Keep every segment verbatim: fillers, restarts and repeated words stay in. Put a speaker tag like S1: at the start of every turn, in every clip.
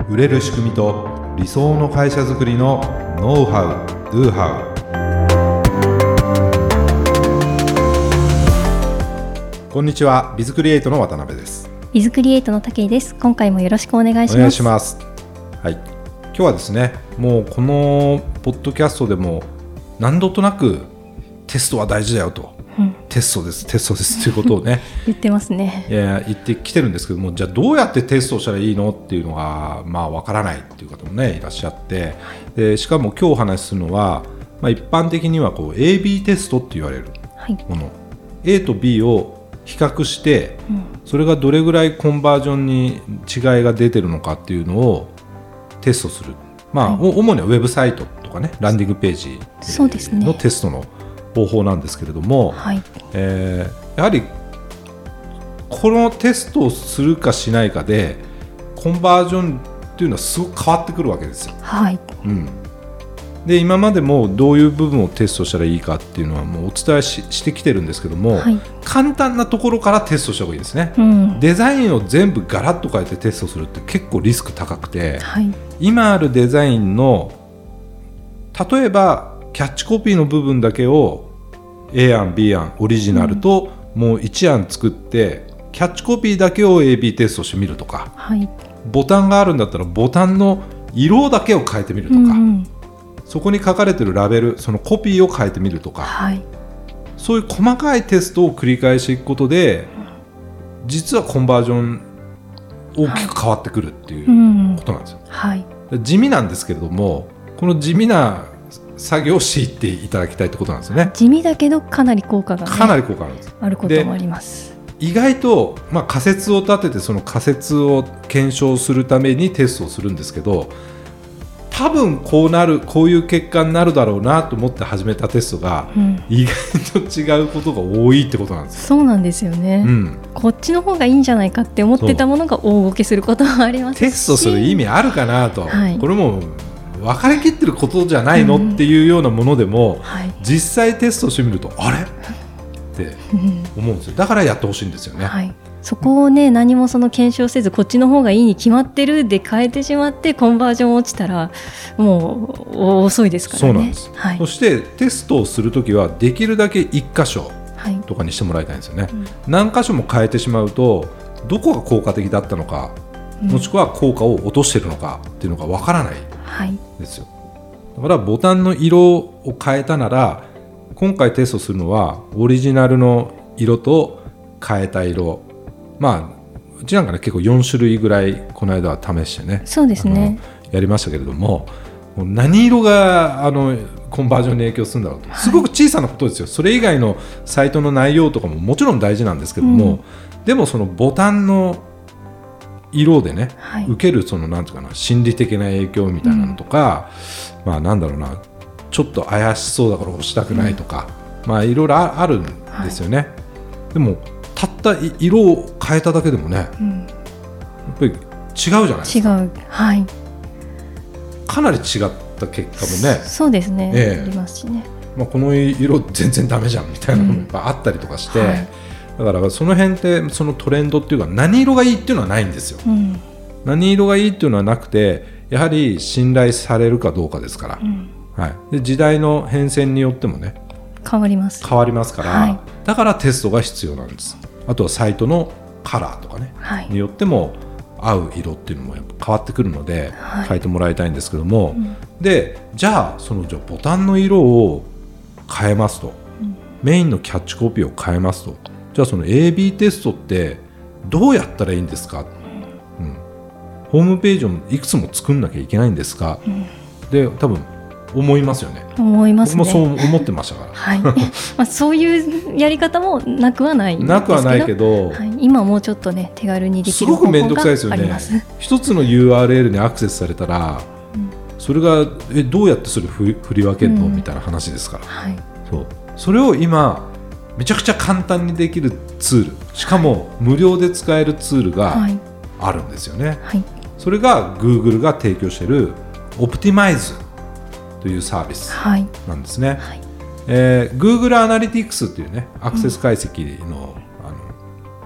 S1: 売れる仕組みと理想の会社づくりのノウハウ・ドゥハウ。こんにちは、ビズクリエイトの渡辺です。
S2: ビズクリエイトの武井です。今回もよろしくお願いします。
S1: お願いします。はい、今日はですね、もうこのポッドキャストでも何度となくテストは大事だよと、うん、テストですテストですということをね
S2: 言ってますね。
S1: いや言ってきてるんですけども、じゃあどうやってテストをしたらいいのっていうのがまあわからないっていう方もねいらっしゃって、はい、でしかも今日お話しするのは、まあ、一般的にはこう エービー テストって言われるもの、はい、A と B を比較して、うん、それがどれぐらいコンバージョンに違いが出てるのかっていうのをテストする、まあ、はい、主にはウェブサイトとかねランディングページのテストの方法なんですけれども、はい、えー、やはりこのテストをするかしないかでコンバージョンっていうのはすごく変わってくるわけですよ。
S2: はい、
S1: うん、で今までもどういう部分をテストしたらいいかっていうのはもうお伝え し, してきてるんですけども、はい、簡単なところからテストした方がいいですね、うん、デザインを全部ガラッと変えてテストするって結構リスク高くて、はい、今あるデザインの例えばキャッチコピーの部分だけを A 案 B 案オリジナルともういち案作って、うん、キャッチコピーだけを エービー テストしてみるとか、はい、ボタンがあるんだったらボタンの色だけを変えてみるとか、うん、そこに書かれてるラベルそのコピーを変えてみるとか、はい、そういう細かいテストを繰り返していくことで、うん、実はコンバージョン大きく変わってくるっていうことなんですよ、はいうんはい、地味なんですけれどもこの地味な作業をしていっていただきたいってことなんですよね。
S2: 地味だけどかなり効果が、ね、
S1: かなり効果あるんです。
S2: あることもあります。
S1: 意外と、まあ、仮説を立ててその仮説を検証するためにテストをするんですけど、多分こうなるこういう結果になるだろうなと思って始めたテストが、うん、意外と違うことが多いってことなんですよ。
S2: そうなんですよね、うん、こっちの方がいいんじゃないかって思ってたものが大ごけすることもありますし、
S1: テストする意味あるかなと、はい、これも分かりきってることじゃないの、うん、っていうようなものでも、はい、実際テストしてみるとあれって思うんですよ。だからやってほしいんですよね、はい、
S2: そこをね何もその検証せずこっちの方がいいに決まってるで変えてしまってコンバージョン落ちたらもう遅いですからね。
S1: そうなんです、はい、そしてテストをするときはできるだけいっ箇所とかにしてもらいたいんですよね、はいうん、何箇所も変えてしまうとどこが効果的だったのか、うん、もしくは効果を落としているのかっていうのがわからないですよ、はい、だからボタンの色を変えたなら今回テストするのはオリジナルの色と変えた色、まあうちなんかね結構よん種類ぐらいこの間は試してね、
S2: そうですね、
S1: やりましたけれども、何色があのコンバージョンに影響するんだろうと、すごく小さなことですよ。それ以外のサイトの内容とかももちろん大事なんですけども、うん、でもそのボタンの色でね、はい、受けるそのなんていうかな心理的な影響みたいなのとか、うん、まあなんだろうなちょっと怪しそうだから押したくないとか、うん、まあいろいろあるんですよね、はい、でもたった色を変えただけでもね、うん、やっぱり違うじゃないですか。
S2: 違う、はい、
S1: かなり違った結果もね
S2: そうですね、えー、ありますしね、
S1: まあ、この色全然ダメじゃんみたいなのもやっぱあったりとかして、うんはい、だからその辺ってそのトレンドっていうか何色がいいっていうのはないんですよ、うん、何色がいいっていうのはなくてやはり信頼されるかどうかですから、うんはい、で時代の変遷によってもね
S2: 変わります
S1: 変わりますから、はい、だからテストが必要なんです。あとはサイトのカラーとかね、はい、によっても合う色っていうのもやっぱ変わってくるので、はい、変えてもらいたいんですけども、うん、でじゃあそのじゃあボタンの色を変えますと、うん、メインのキャッチコピーを変えますと、じゃあその エービー テストってどうやったらいいんですか、うんうん、ホームページをいくつも作んなきゃいけないんですか、うん、で多分思いますよね。
S2: 思いますね。
S1: 僕もそう思ってましたから、
S2: はいまあ、そういうやり方もなくはないんですけど
S1: なくはないけど、
S2: はい、今もうちょっとね手軽にできる方法があります。すごくめんどくさいですよね。
S1: 一つの ユーアールエル にアクセスされたら、うん、それがえどうやってそれ振り分けるの、うん、みたいな話ですから、はい、そうそれを今めちゃくちゃ簡単にできるツール、しかも無料で使えるツールがあるんですよね、はいはい、それが Google が提供している Optimizeというサービスなんですね、はいはいえー、Google アナリティクスっていうねアクセス解析 の,、うん、あの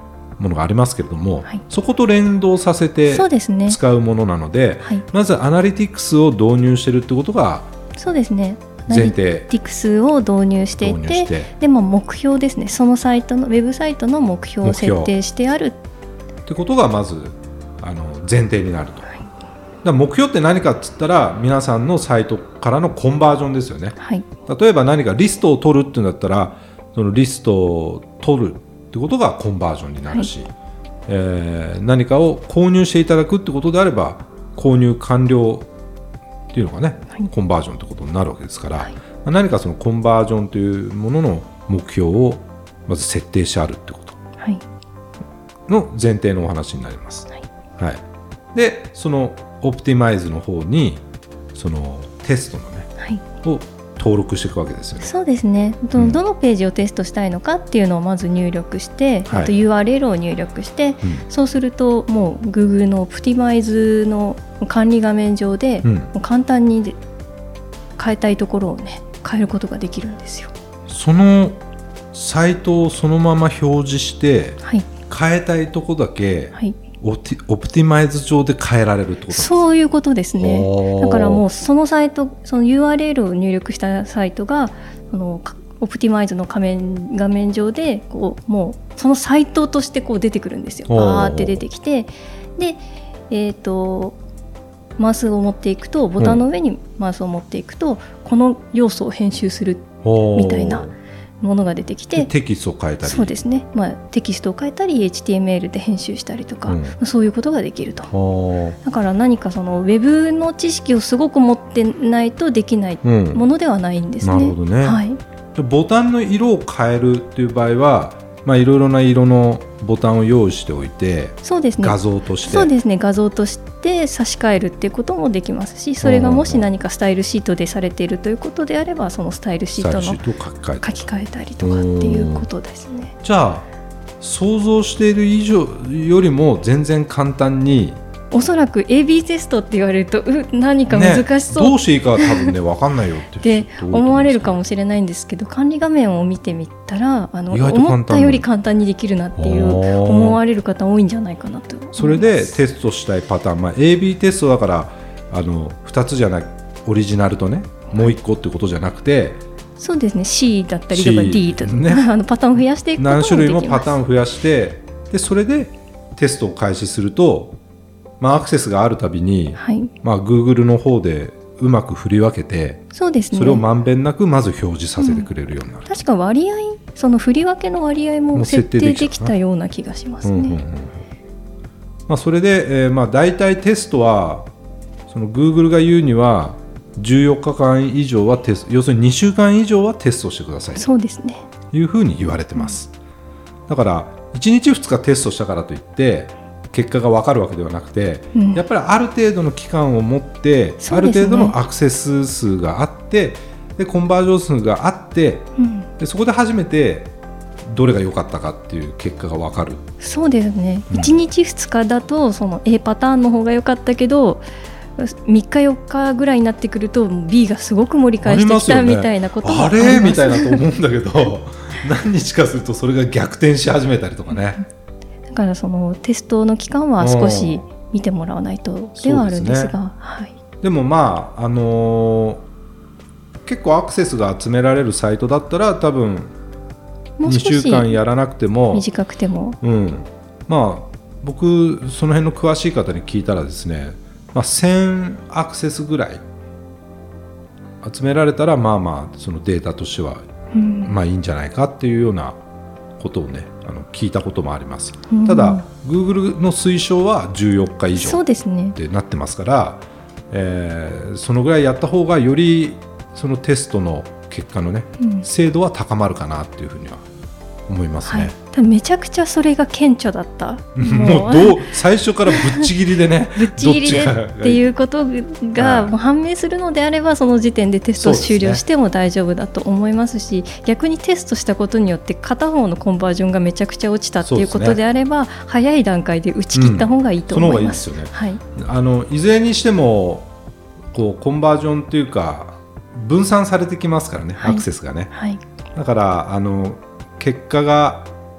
S1: ものがありますけれども、
S2: はい、
S1: そこと連動させて使うものなので、
S2: はい、
S1: まずアナリティクスを導入しているということが
S2: そうですね、
S1: 前提。
S2: アナリティクスを導入していて、でも目標ですね、そのサイトのウェブサイトの目標を設定してある
S1: ということがまずあの前提になると。はい、だから目標って何かっつったら皆さんのサイトからのコンバージョンですよね。
S2: はい、
S1: 例えば何かリストを取るっていうんだったらそのリストを取るってことがコンバージョンになるし、はい、えー、何かを購入していただくってことであれば購入完了っていうのがね、はい、コンバージョンってことになるわけですから、はい、まあ、何かそのコンバージョンというものの目標をまず設定してあるってことの前提のお話になります。はいはい、でそのオプティマイズの方にそのテストのね、はい、を登録していくわけですよね。
S2: そうですね、ど、うん、どのページをテストしたいのかっていうのをまず入力して、はい、あと ユーアールエル を入力して、うん、そうするともう Google のオプティマイズの管理画面上で、うん、もう簡単に変えたいところをね変えることができるんですよ。
S1: そのサイトをそのまま表示して、はい、変えたいところだけ、はい、オプティ、オプティマイズ上で変えられるってことですか？
S2: そういうことですね。だからもうそのサイト、その ユーアールエル を入力したサイトがそのオプティマイズの画面、画面上でこうもうそのサイトとしてこう出てくるんですよ。バーって出てきて、で、えーとマウスを持っていくとボタンの上にマウスを持っていくと、この要素を編集するみたいなものが出てきて、
S1: テキストを変えたり、
S2: そうですね、まあ、テキストを変えたり エイチティーエムエル で編集したりとか、うん、そういうことができると。だから何かそのウェブの知識をすごく持ってないとできないものではないんですね。
S1: うん、なるほどね、
S2: はい、
S1: ボタンの色を変えるっていう場合は、まあ、いろいろな色のボタンを用意しておいて、
S2: そうですね、
S1: 画像として
S2: そうですね、画像として差し替えるっていうこともできますし、それがもし何かスタイルシートでされているということであれば、そのスタイルシートの書き換えたりとかっていうことですね。
S1: じゃあ想像している以上よりも全然簡単に、
S2: おそらく エービー テストって言われるとう何か難しそう、
S1: ね、どうしていいかは多分ね分かんないよって
S2: 思われるかもしれないんですけど、管理画面を見てみたらあの思ったより簡単にできるなっていう思われる方多いんじゃないかなと思います。
S1: それでテストしたいパターン、まあ、エービー テストだからあのふたつじゃない、オリジナルとねもういっこってことじゃなくて、
S2: そうですね、 C だったりとか D とか、ね、あのパターンを増やしていくこともできます。
S1: 何種類もパターンを増やして、でそれでテストを開始すると、まあ、アクセスがあるたびに、はい、まあ、Google の方でうまく振り分けて、
S2: そうですね、
S1: それをまんべんなくまず表示させてくれるようになる、
S2: うん、確か割合、その振り分けの割合も設定できたような気がしますね。うんうんうん、
S1: まあ、それで、えーまあ、大体テストはその Google が言うにはじゅうよっかかん以上はテスト、要するににしゅうかん以上はテストしてください
S2: そうですね、
S1: というふうに言われてます。だからいちにちふつかテストしたからといって結果が分かるわけではなくて、うん、やっぱりある程度の期間を持って、ね、ある程度のアクセス数があって、でコンバージョン数があって、うん、でそこで初めてどれが良かったかっていう結果が分かる。
S2: そうですね、うん、いちにちふつかだとその A パターンの方が良かったけど、みっかよっかぐらいになってくると B がすごく盛り返してきたみたいなこともあります。
S1: あれみたいなと思うんだけど何日かするとそれが逆転し始めたりとかね。
S2: だからそのテストの期間は少し見てもらわないとではあるんですが、
S1: ね、
S2: はい、
S1: でもまあ、あのー、結構アクセスが集められるサイトだったら多分にしゅうかんやらなくても
S2: 短くても、
S1: うん、まあ僕その辺の詳しい方に聞いたらですね、まあ、せんアクセスぐらい集められたらまあまあそのデータとしては、うん、まあいいんじゃないかっていうようなことをねあの聞いたこともあります。うん、ただ Google の推奨はじゅうよっか以上ってなってますから、えー、そのぐらいやった方がよりそのテストの結果のね、うん、精度は高まるかなっていうふうには思いますね。
S2: はい、めちゃくちゃそれが顕著だった。
S1: もうどう最初からぶっちぎりでね
S2: ぶっちぎりでっていうことがもう判明するのであれば、その時点でテストを終了しても大丈夫だと思いますし、逆にテストしたことによって片方のコンバージョンがめちゃくちゃ落ちたっていうことであれば、早い段階で打ち切った方がいいと思います。
S1: いずれにしてもこうコンバージョンというか分散されてきますからね、はい、アクセスがね、はい、だからあの結果が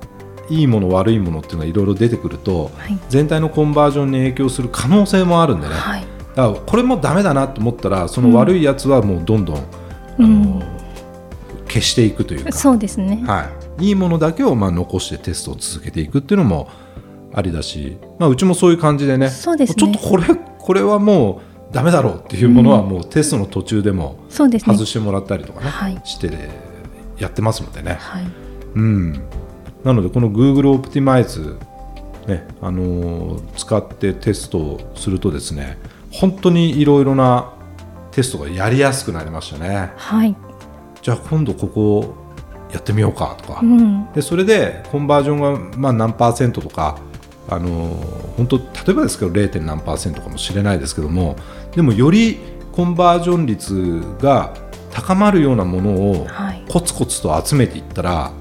S1: いいもの悪いものっていうのがいろいろ出てくると、はい、全体のコンバージョンに影響する可能性もあるんでね、はい、だからこれもダメだなと思ったらその悪いやつはもうどんどん、うん、あの消していくというか、
S2: そうですね、
S1: はい、いいものだけをまあ残してテストを続けていくっていうのもありだし、まあ、うちもそういう感じでね、
S2: そうですね、
S1: ちょっとこれ、これはもうダメだろうっていうものはもうテストの途中でも外してもらったりとかね、はい、してやってますのでね、はい、うん、なのでこの Google Optimize、ね、あのー、使ってテストをするとですね、本当にいろいろなテストがやりやすくなりましたね、はい、じゃあ今度ここやってみようかとか、うん、でそれでコンバージョンがまあ何パーセントとか、あのー、本当例えばですけど ゼロ. 何パーセントかもしれないですけども、でもよりコンバージョン率が高まるようなものをコツコツと集めていったら、はい、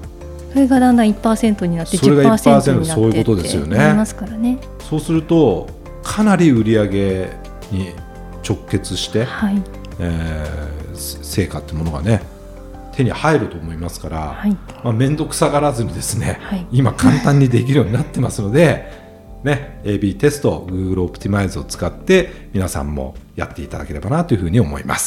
S1: そ
S2: れがだんだん いちパーセント になって じゅっパーセント になって
S1: そういうことですよね。
S2: なりますからね。
S1: そうするとかなり売り上げに直結して、はい、えー、成果ってものがね手に入ると思いますから、はい、まあ、面倒くさがらずにですね、はい、今簡単にできるようになってますのでね、エービー テスト Google Optimize を使って皆さんもやっていただければなというふうに思います。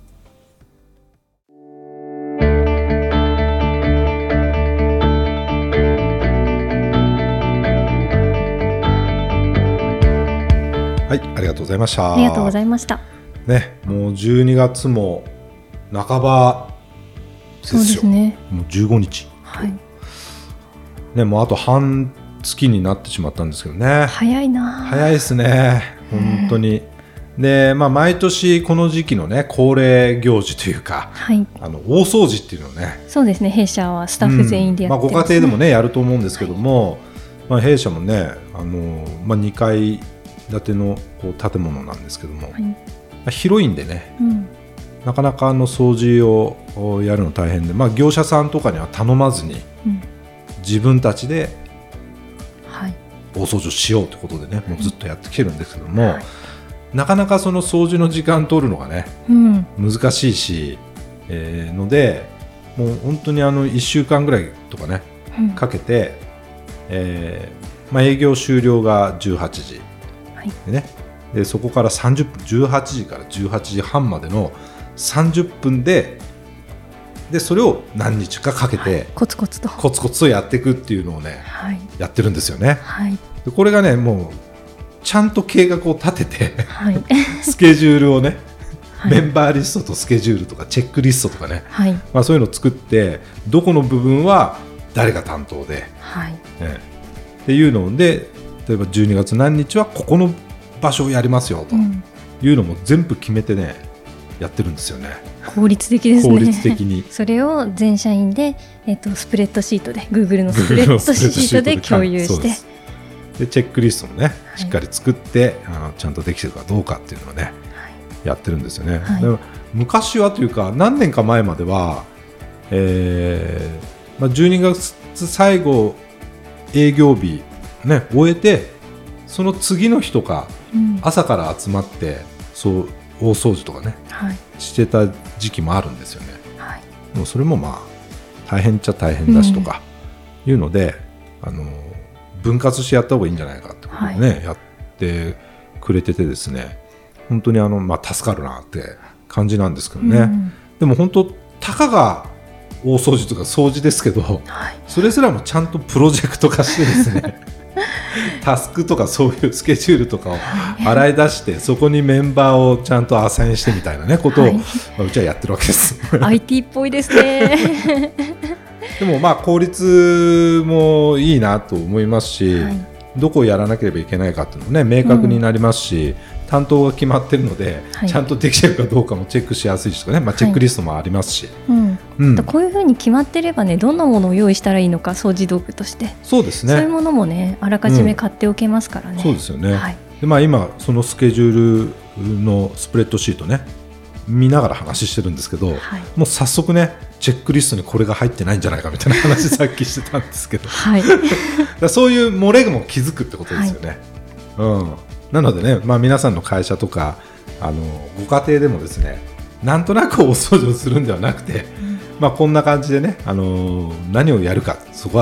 S1: はい、ありがとうございました。
S2: ありがとうございました。
S1: ね、もうじゅうにがつも半ばですよ。そうですね。もうじゅうごにち。はい。ね、もうあと半月になってしまったんですけどね。
S2: 早いな。
S1: 早いですね。本当に。で、まあ毎年この時期のね恒例行事というか、はい、あの大掃除っていうのをね。
S2: そうですね。弊社はスタッフ全員でやってますね。
S1: うん、まあご家庭でもねやると思うんですけども、はい、まあ弊社もね、あのまあにかい建てのこう建物なんですけども、はい、まあ、広いんでね、うん、なかなかあの掃除をやるの大変で、まあ、業者さんとかには頼まずに、うん、自分たちで大掃除をしようということでね、はい、もうずっとやってきてるんですけども、はい、なかなかその掃除の時間取るのがね、うん、難しいし、えー、のでもう本当にあのいっしゅうかんぐらいとかね、うん、かけて、えーまあ、営業終了がじゅうはちじでね、でそこからさんじゅっぷんじゅうはちじからじゅうはちじはんまでのさんじゅっぷん で, でそれを何日かかけて、はい、
S2: コツコツと
S1: コツコツとやっていくっていうのをね、はい、やってるんですよね、はい、でこれがねもうちゃんと計画を立てて、はい、スケジュールをね、はい、メンバーリストとスケジュールとかチェックリストとかね、はい、まあ、そういうのを作ってどこの部分は誰が担当で、はい、ね、っていうので例えばじゅうにがつ何日はここの場所をやりますよというのも全部決めてねやってるんですよね。
S2: 効率的ですね。
S1: 効率的に
S2: それを全社員で、えー、とスプレッドシートで Google のスプレッドシートで共有してで
S1: でチェックリストもね、はい、しっかり作ってあのちゃんとできてるかどうかっていうのをね、はい、やってるんですよね、はい、でも昔はというか何年か前までは、えーまあ、じゅうにがつ最後営業日ね、終えてその次の日とか、うん、朝から集まってそう大掃除とかね、はい、してた時期もあるんですよね、はい、もうそれもまあ大変っちゃ大変だしとかいうので、うん、あの分割してやった方がいいんじゃないかってことでね、はい、やってくれててですね本当にあの、まあ、助かるなって感じなんですけどね、うん、でも本当たかが大掃除とか掃除ですけど、はい、それすらもちゃんとプロジェクト化してですねタスクとかそういうスケジュールとかを洗い出してそこにメンバーをちゃんとアサインしてみたいな、ね、ことを、はい、まあ、うちはやってるわけです。
S2: アイティー っぽいですね
S1: でもまあ効率もいいなと思いますし、はい、どこをやらなければいけないかっていうのも、ね、明確になりますし、うん、担当が決まってるので、はい、ちゃんとできてるかどうかもチェックしやすいしとかね、まあ、チェックリストもありますし、はい、うん
S2: うん、こういうふうに決まってればねどんなものを用意したらいいのか掃除道具として
S1: そうですね、
S2: そういうものもねあらかじめ買っておけますからね、うん、
S1: そうですよね、はい、でまあ、今そのスケジュールのスプレッドシートね見ながら話してるんですけど、はい、もう早速ねチェックリストにこれが入ってないんじゃないかみたいな話さっきしてたんですけど、はい、だそういう漏れも気づくってことですよね、はい、うん、なのでね、まあ、皆さんの会社とかあのご家庭でもですねなんとなくお掃除をするんではなくて、うん、まあ、こんな感じでね、あのー、何をやるかそこは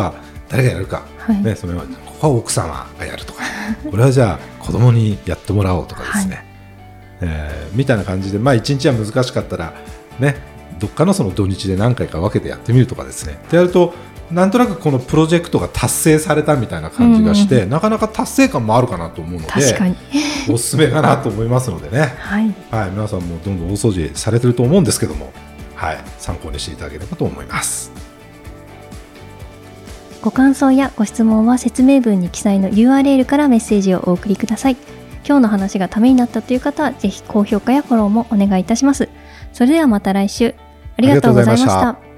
S1: 誰がやるか、
S2: はい
S1: ね、それはここは奥様がやるとかこれはじゃあ子供にやってもらおうとかですね、はいえー、みたいな感じで、まあ、いちにちは難しかったら、ね、どっかのその土日で何回か分けてやってみるとかですねでやるとなんとなくこのプロジェクトが達成されたみたいな感じがして、うん、なかなか達成感もあるかなと思うので
S2: 確かに
S1: おすすめかなと思いますのでね、
S2: はい
S1: はい、皆さんもどんどん大掃除されてると思うんですけども、はい、参考にしていただければと思います。
S2: ご感想やご質問は説明文に記載の ユーアールエル からメッセージをお送りください。今日の話がためになったという方はぜひ高評価やフォローもお願いいたします。それではまた来週。ありがとうございました。